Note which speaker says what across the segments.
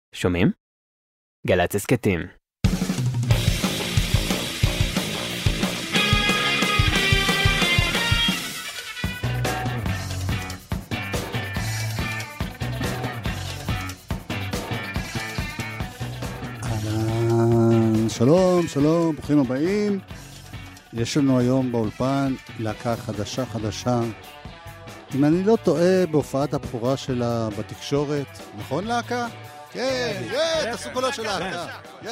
Speaker 1: שומעים? גל"צ הסכתים.
Speaker 2: שלום, שלום, ברוכים הבאים. יש לנו היום באולפן להקה חדשה. אם אני לא טועה, בהופעת הבכורה שלה בתקשורת, נכון להקה? כן, תעשו קולות של להקה.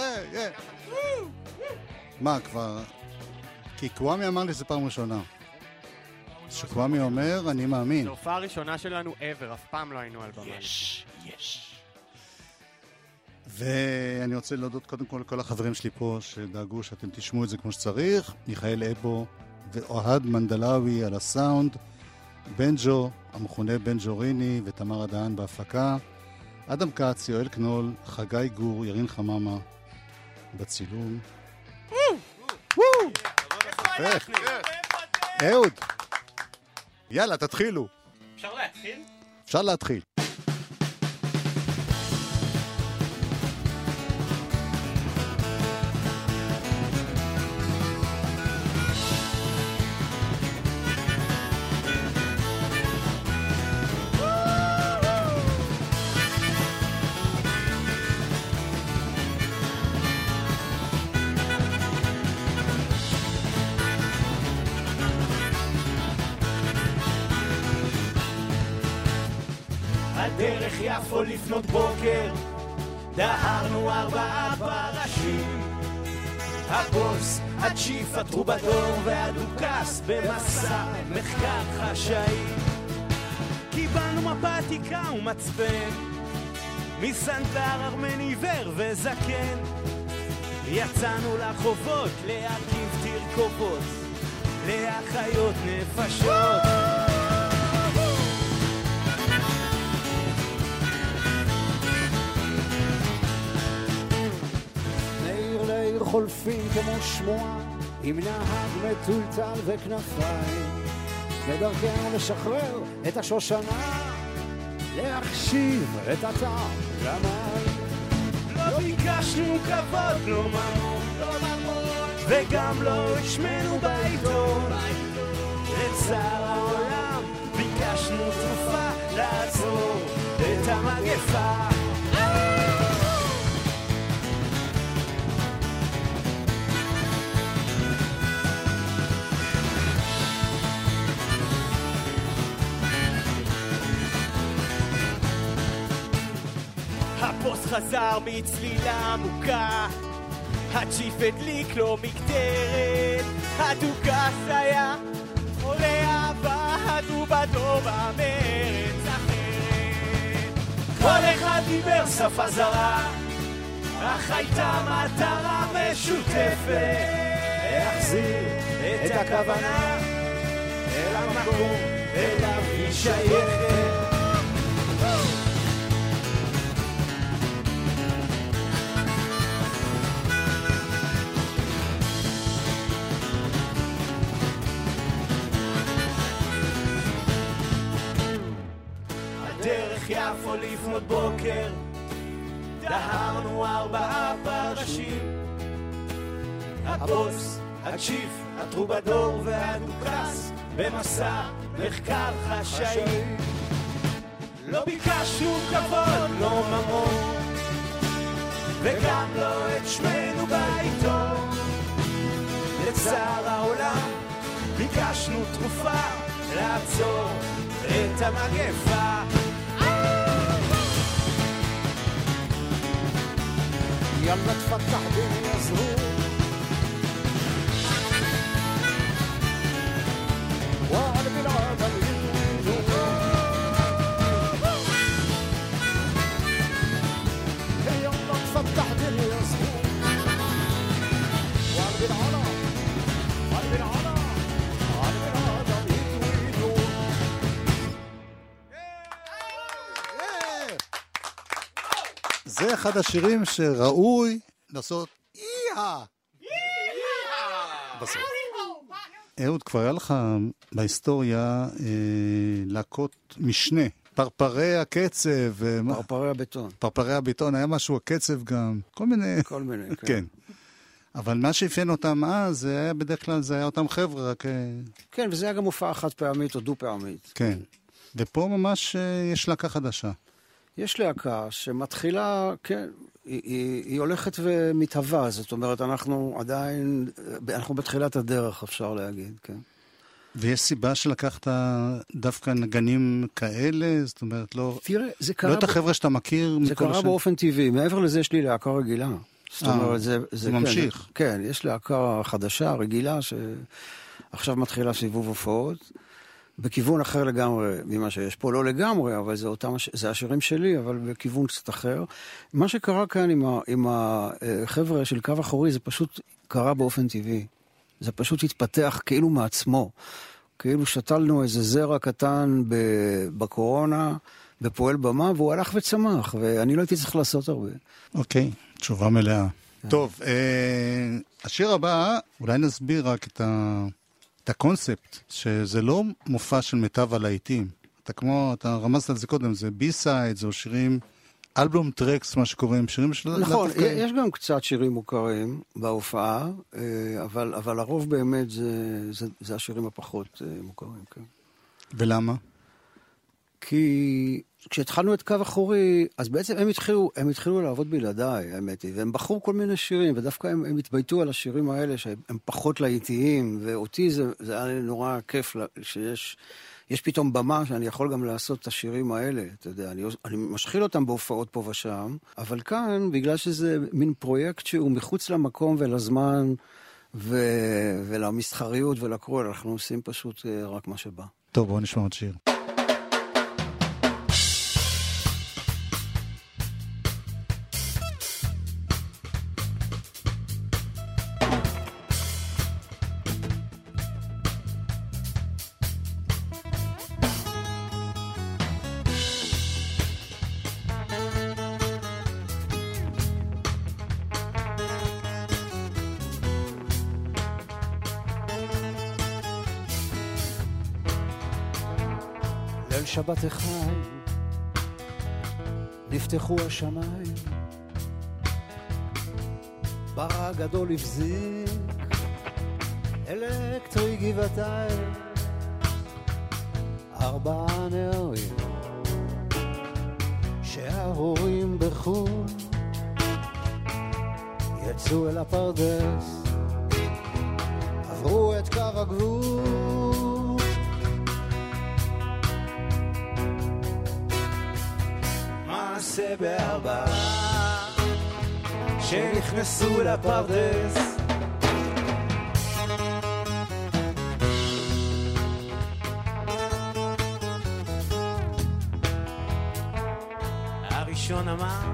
Speaker 2: מה, כבר... כי קוואמי אמר לי שזה פעם ראשונה. שקוואמי אומר, אני מאמין.
Speaker 3: זו הופעה הראשונה שלנו ever, אף פעם לא היינו על במה.
Speaker 2: יש. ואני רוצה להודות קודם כל לכל החברים שלי פה שדאגו שאתם תשמעו את זה כמו שצריך. מיכאל אבו ואוהד מנדלאוי על הסאונד, בנג'ו, המכונה בנג'ו ריני, ותמר עדהן בהפקה, אדם קץ, יואל קנול, חגי גור, ירין חממה בצילום. אהוד, יאללה, תתחילו.
Speaker 3: אפשר להתחיל?
Speaker 2: אפשר להתחיל.
Speaker 4: דרך יפו לפנות בוקר דהרנו 4 פרשים, הבוס, הצ'יף, הטרובדור והדוקס במסע מחקר חשאי. קיבלנו מפתיקה ומצפן מסנדלר ארמני עיוור וזקן, יצאנו לחובות להרכיב תרכובות להחיות נפשות. חולפים כמו שמועה עם נהג מטולטל וכנפיים, בדרכנו לשחרר את השושנה, להחשיב את הטעם למים. לא ביקשנו כבוד, לא ממון, וגם לא השמנו בעיתון. לצער העולם ביקשנו תרופה לעצור את המגפה. הבוס חזר מצלילה עמוקה, הצ'יף הדליק לו מקטרת, הדוקס היה עולה אהבה, הטרובדור בארץ אחרת. כל אחד דיבר שפה זרה, אך הייתה מטרה משותפת, להחזיר את הכוונה אל המקום אליו היא שייכת. יפו לפנות בוקר דהרנו 4 פרשים, הבוס, הצ'יף, הטרובדור והדוקס במסע מחקר חשאי. לא ביקשנו כבוד, לא ממון, וגם לא את שמנו בעיתון. לצער העולם ביקשנו תרופה לעצור את המגפה. يلا تفتح دنيا زهور وقلب العالم يدور. يلا تفتح دنيا زهور وقلب العالم قلب العالم يدور.
Speaker 2: זה אחד השירים שראוי לעשות איהה בסוף. אהוד, כבר היה לך בהיסטוריה להקות משנה פרפרי הקצב.
Speaker 5: פרפרי הבטון.
Speaker 2: פרפרי הבטון, היה משהו, הקצב גם, כל מיני.
Speaker 5: כל מיני, כן.
Speaker 2: כן. אבל מה שאפיין אותם אז, זה היה בדרך כלל, זה היה אותם חבר'ה, רק...
Speaker 5: כן, וזה היה גם הופעה חד פעמית או דו פעמית.
Speaker 2: כן. ופה ממש יש להקה חדשה.
Speaker 5: יש להקה שמתחילה, כן, היא הולכת ומתהווה, זאת אומרת, אנחנו בתחילת הדרך, אפשר להגיד, כן.
Speaker 2: ויש סיבה שלקחת דווקא נגנים כאלה? זאת אומרת, לא...
Speaker 5: תראה, זה קרה...
Speaker 2: לא את החבר'ה שאתה מכיר...
Speaker 5: זה קרה באופן טבעי. מעבר לזה יש לי להקה רגילה. זאת אומרת, זה
Speaker 2: ממשיך.
Speaker 5: כן, יש להקה חדשה, רגילה, שעכשיו מתחילה סיבוב הופעות, בכיוון אחר לגמרי ממה שיש פה. לא לגמרי, אבל זה השירים שלי, אבל בכיוון קצת אחר. מה שקרה כאן עם החבר'ה של קו אחורי, זה פשוט קרה באופן טבעי. זה פשוט התפתח כאילו מעצמו. כאילו שתלנו איזה זרע קטן בקורונה, בפועל במה, והוא הלך וצמח, ואני לא הייתי צריך לעשות הרבה.
Speaker 2: אוקיי, תשובה מלאה. טוב, השיר הבא, אולי נסביר רק את הקונספט, שזה לא מופע של מיטב הלהיטים. אתה רמזת על זה קודם, זה בי-סייד, זה שירים, אלבום טרקס, מה שקוראים, שירים של...
Speaker 5: נכון, יש גם קצת שירים מוכרים בהופעה, אבל הרוב באמת זה השירים הפחות מוכרים, כן.
Speaker 2: ולמה?
Speaker 5: כי כשהתחלנו את קו אחורי, אז בעצם הם התחילו לעבוד בילדיי, האמת היא, והם בחרו כל מיני שירים, ודווקא הם התבייתו על השירים האלה, שהם פחות להיטיים, ואותי זה היה נורא כיף יש פתאום במה שאני יכול גם לעשות את השירים האלה, אתה יודע, אני משחיל אותם בהופעות פה ושם, אבל כאן, בגלל שזה מין פרויקט שהוא מחוץ למקום ולזמן, ולמסחריות ולקרוא, אנחנו עושים פשוט רק מה שבא.
Speaker 2: טוב, בואו נשמע עוד שיר.
Speaker 4: ליל שבת אחד נפתחו השמיים, ברא גדול הבזיק אלקטרי גבעתיים, 4 נערים שההורים בחו"ל יצאו אל הפרדס, עברו את קו הגבול, מעשה ב4 שנכנסו לפרדס, הראשון אמר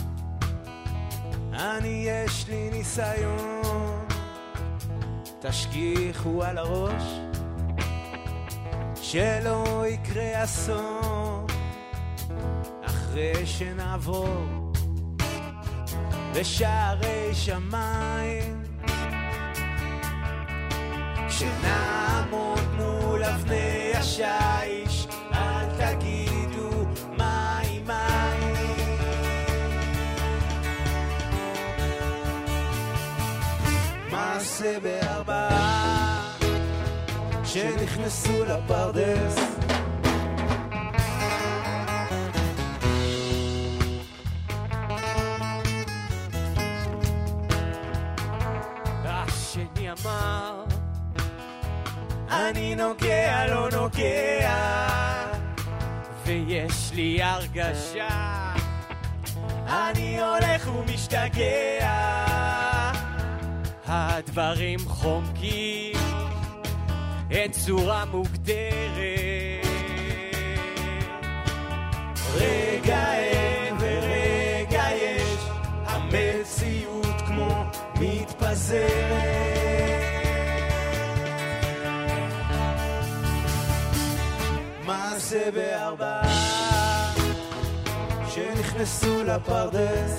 Speaker 4: אני יש לי ניסיון, תשגיחו על הראש שלא יקרה אסון, אחרי שנעבור בשערי שמיים, כשנעמוד מול אבני השיש, אל תגידו מים מים, מעשה ב4 שנכנסו לפרדס, אמר אני נוגע לא נוגע, ויש לי הרגשה אני הולך ומשתגע, הדברים חומקים אין צורה מוגדרת, רגע אין ורגע יש, המציאות כמו מתפזרת, מעשה ב4 שנכנסו לפרדס,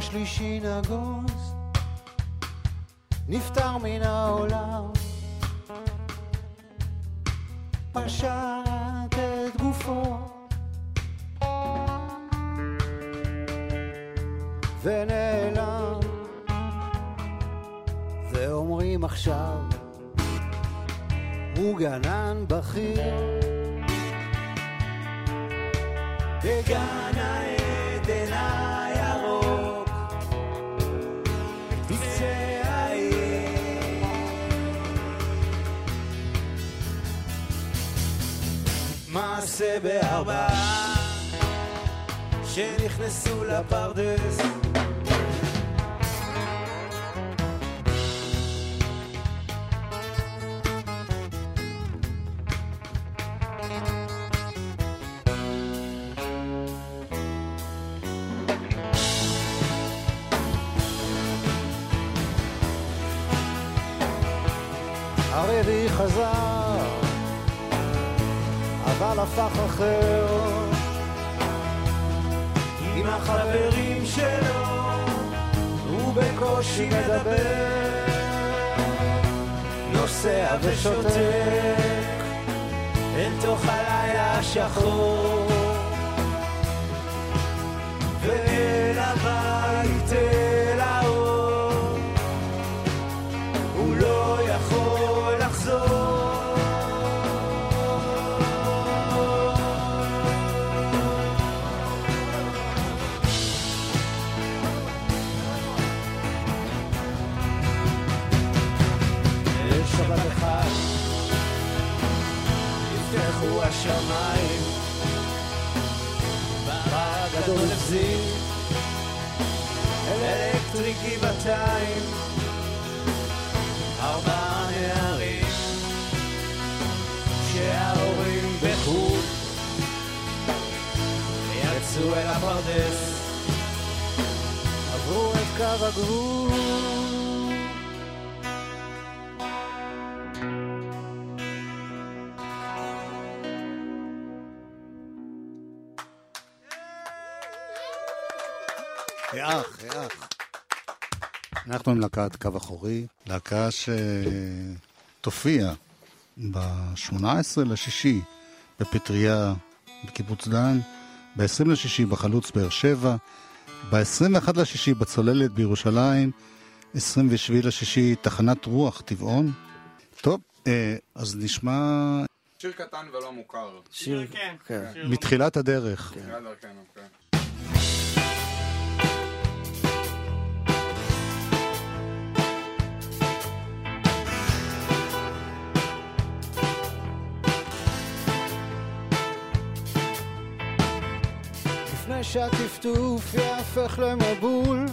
Speaker 4: השלישי נגוז נפטר מן העולם, פשט את גופו ונעלם, ואומרים עכשיו הוא גנן בכיר בגן העדן הירוק בקצה העיר. מעשה בארבעה שנכנסו לפרדס, הרביעי חזר אבל הפך אחר עם החברים שלו הוא בקושי מדבר, נוסע ושותק אל תוך הלילה השחור ואל הבית אל האור הוא לא יכול לחזור. שבת אחד נפתחו השמיים, בגדול הבזים אלקטריק גבעתיים, 4 נערים שההורים בחו"ל יצאו אל הפרדס, עברו את קו הגבול.
Speaker 2: אח. אנחנו עם להקת קו אחורי, להקה שתופיע ב-18/6 בפטריה בקיבוץ דן, ב-20/6 בחלוץ באר שבע, ב-21/6 בצוללת בירושלים, 27/6 תחנת רוח טבעון. טוב, אז נשמע
Speaker 6: שיר קטן ולא מוכר.
Speaker 3: שיר, כן.
Speaker 2: מתחילת הדרך.
Speaker 6: מתחילת דרכנו, כן.
Speaker 4: לפני שהטפטוף יהפך למבול,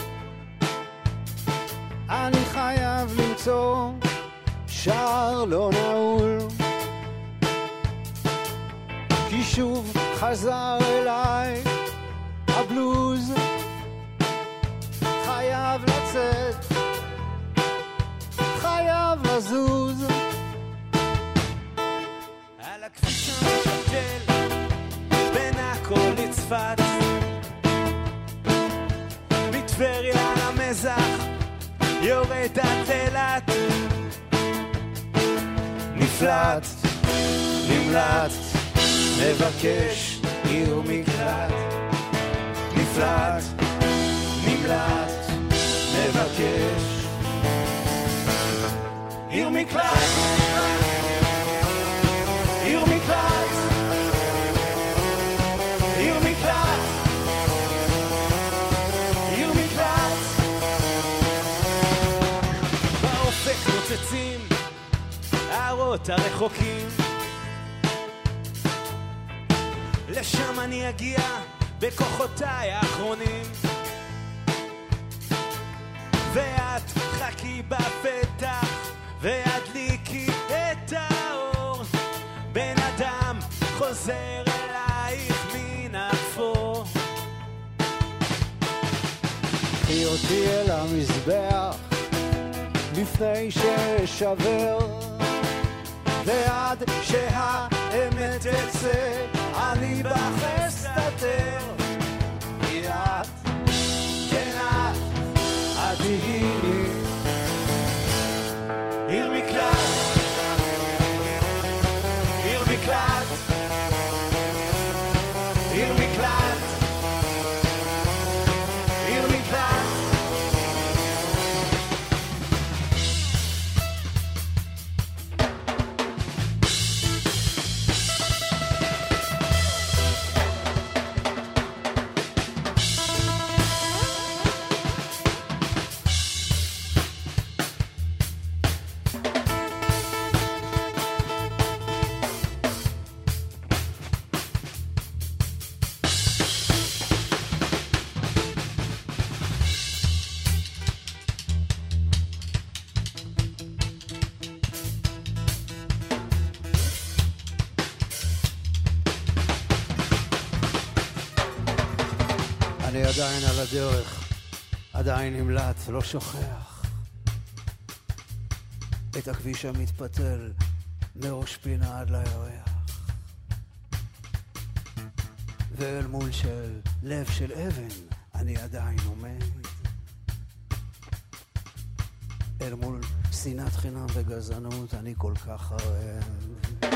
Speaker 4: אני חייב למצוא שער לא נעול, כי שוב חזר אליי הבלוז, חייב לצאת, חייב לזוז על הכביש המשתל בין הכל לצפת, בטבריה למזח יורד עד אילת, נפלט, נמלט, מבקש עיר מקלט, נפלט, נמלט, מבקש עיר מקלט, עיר מקלט, עיר מקלט, עיר מקלט. באופק נוצצים הערות הרחוקים, לשם אני אגיע בכוחותיי האחרונים, ואת חכי בפתח והדליקי את האור, בן אדם חוזר אלייך מן האפור. קחי אותי אל המזבח לפני ששבר, ועד שהאמת תצא אני בחס תתר, כי את כן תהי לי עיר מקלט, עיר מקלט, עיר מקלט, עיר מקלט. אני עדיין על הדרך, עדיין נמלט, לא שוכח את הכביש המתפתל מראש פינה עד לירח, ואל מול של לב של אבן אני עדיין עומד, אל מול שנאת חינם וגזענות אני כל כך ערב.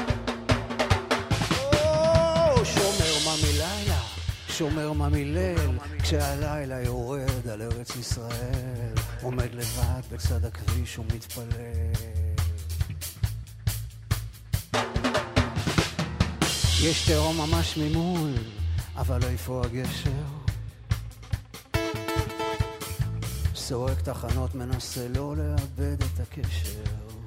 Speaker 4: שומר מה מלילה, שומר מה מליל, כשהלילה יורד על ארץ ישראל, עומד לבד בצד הכביש ומתפלל. יש תהום ממש ממול, אבל איפה הגשר? סורק תחנות, מנסה לא לאבד את הקשר,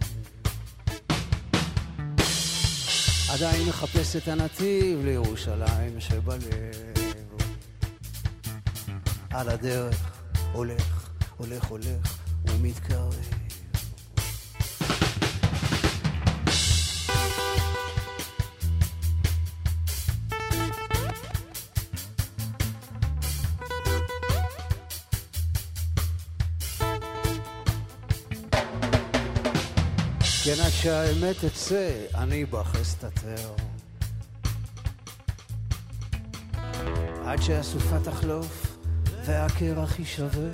Speaker 4: עדיין מחפש את הנתיב לירושלים שבלב. על הדרך הולך, הולך, הולך ומתקרב. כן, עד שהאמת תצא, אני בחס תתר. עד שהסופה תחלוף והקרח יישבר,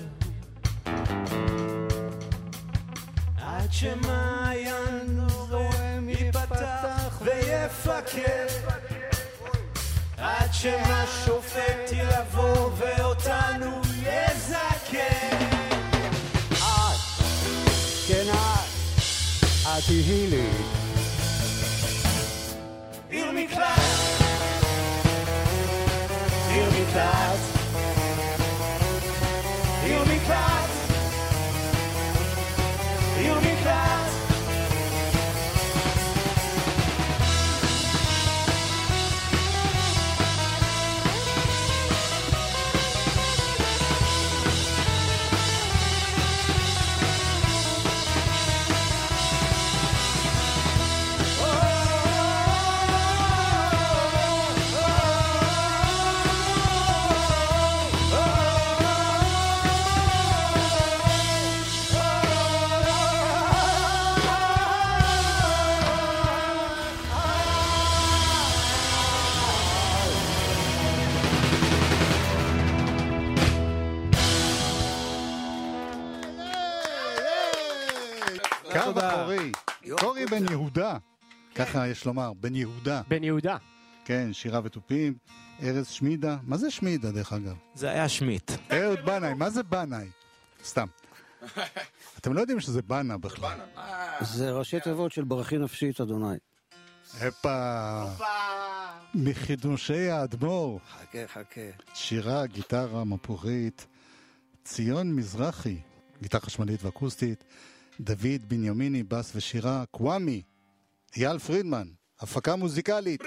Speaker 4: עד שמעיין זורם ייפתח ויפקר, עד שהשופט יבוא ואותנו יזכר. את, כן את תהי לי עיר מקלט, עיר מקלט, עיר מקלט, עיר מקלט.
Speaker 2: קורי בן יהודה, ככה יש לומר, בן יהודה.
Speaker 3: בן יהודה.
Speaker 2: כן, שירה ותופים. ארז שמידה, מה זה שמידה דרך אגב?
Speaker 7: זה היה שמית.
Speaker 2: אהוד בנאי, מה זה בנאי? סתם. אתם לא יודעים שזה בנה בכלל.
Speaker 5: זה ראשי תיבות של ברכי נפשית אדוני.
Speaker 2: הפה. מחידושי האדמו"ר.
Speaker 5: חכה.
Speaker 2: שירה, גיטרה, מפורית. ציון מזרחי, גיטרה חשמלית ואקוסטית. דוד בנימיני, בס ושירה. קוואמי, אייל פרידמן, הפקה מוזיקלית.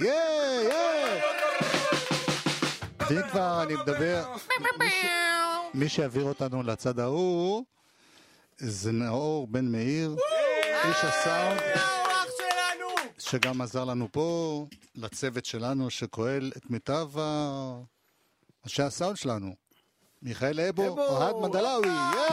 Speaker 2: ואם כבר אני מדבר, מי שיעביר אותנו לצד ההוא זה נאור בן מאיר, איש הסאונד שגם עזר לנו פה, לצוות שלנו שכולל את מיטב אנשי הסאונד שלנו, מיכאל אבו, אוהד מנדלאוי,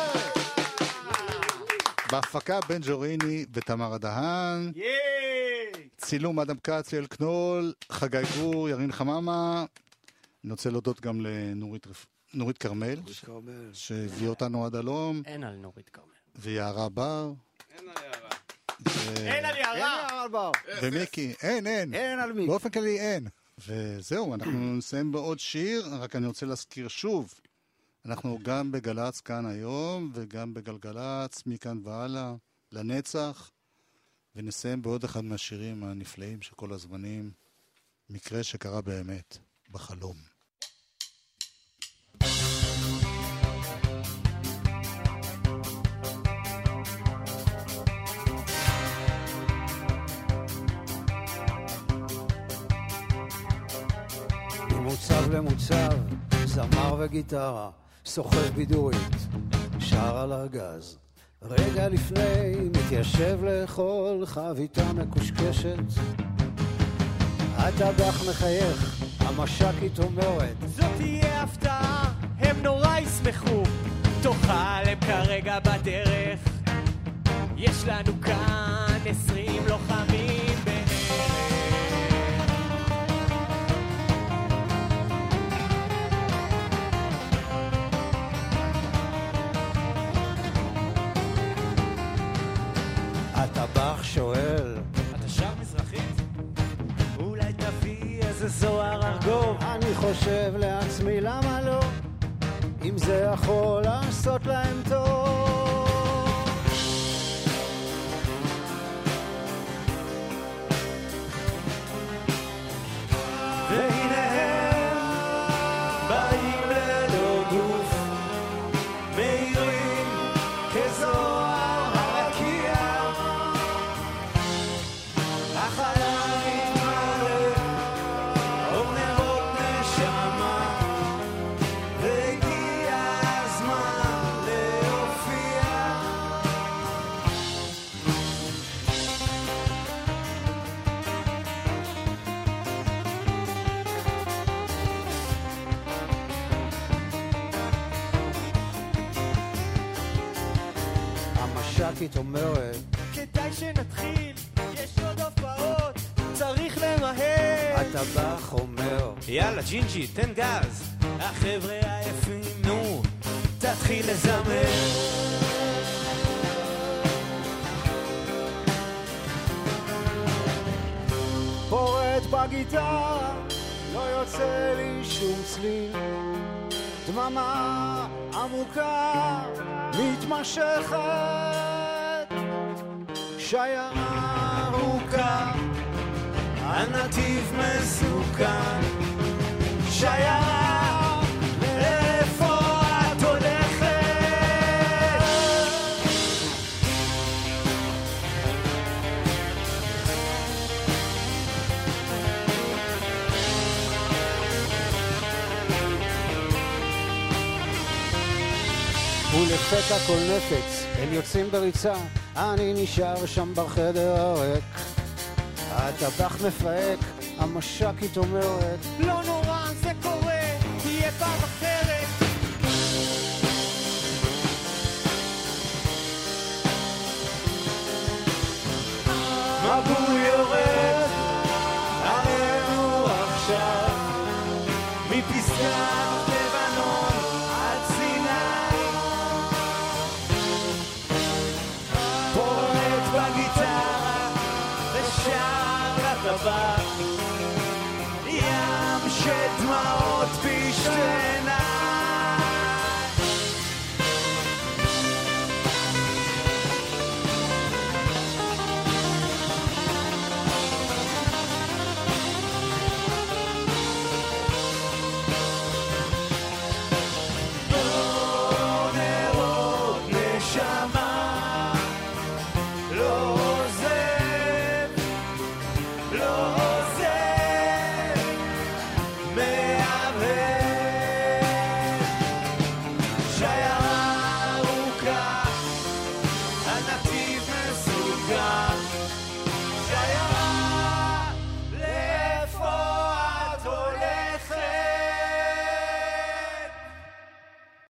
Speaker 2: בהפקה בן ג'וריני ותמר דהן, צילום אדם כץ, אל קנול, חגי גור, ירין חממה. אני רוצה להודות גם נורית כרמל,
Speaker 5: כרמל.
Speaker 2: שהביא אותנו עד הלום,
Speaker 3: אין על נורית כרמל.
Speaker 2: ויערה בר,
Speaker 6: אין על יערה.
Speaker 3: אין על יערה!
Speaker 5: על בר.
Speaker 2: ומיקי, אין.
Speaker 5: אין על מי.
Speaker 2: באופן כללי אין. וזהו, אנחנו נסיים בעוד שיר, רק אני רוצה להזכיר שוב, אנחנו גם בגלץ כאן היום, וגם בגלגלץ, מכאן והלאה, לנצח, ונסיים בעוד אחד מהשירים הנפלאים של כל הזמנים, מקרה שקרה באמת, בחלום.
Speaker 4: ממוצב למוצב, זמר וגיטרה, סוחב בידורית, שר על ארגז. רגע לפני מתיישב לאכול חביתה מקושקשת. הטבח מחייך, המש"קית אומרת,
Speaker 3: זאת תהיה הפתעה, הם נורא ישמחו. תאכל הם כרגע בדרך. יש לנו כאן 20 לוחמים בערך.
Speaker 4: הטבח שואל,
Speaker 3: אתה שר מזרחית? אולי תביא איזה זוהר ארגוב.
Speaker 4: אני חושב לעצמי למה לא, אם זה יכול לעשות להם טוב.
Speaker 3: והנה הם באים ללא גוף, מהירים כזוהר הרקיע. החלל מתמלא אור נרות נשמה, והגיע הזמן להופיע.
Speaker 4: המש"קית אומרת,
Speaker 3: כדאי שנתחיל, יש עוד הופעות, צריך למהר.
Speaker 4: הטבח אומר,
Speaker 3: יאללה ג'ינג'י, תן גז, החבר'ה היפים, נו, תתחיל לזמר.
Speaker 4: פורט בגיטרה, לא יוצא לי שום צליל. דממה עמוקה מתמשכת, שיירה ארוכה,
Speaker 3: הנתיב מסוכן, שיירה, לאיפה את הולכת?
Speaker 4: ולפתע כל נפץ, הם יוצאים בריצה, אני נשאר שם בחדר הריק. הטבח מפהק, המש"קית אומרת,
Speaker 3: לא נורא, זה קורה, תהיה פעם אחרת. מבול יורד עלינו עכשיו, מפסגת לבנון עד סיני. פורט בגיטרה ושר לטבח, ים של דמעות בשתי עיניים.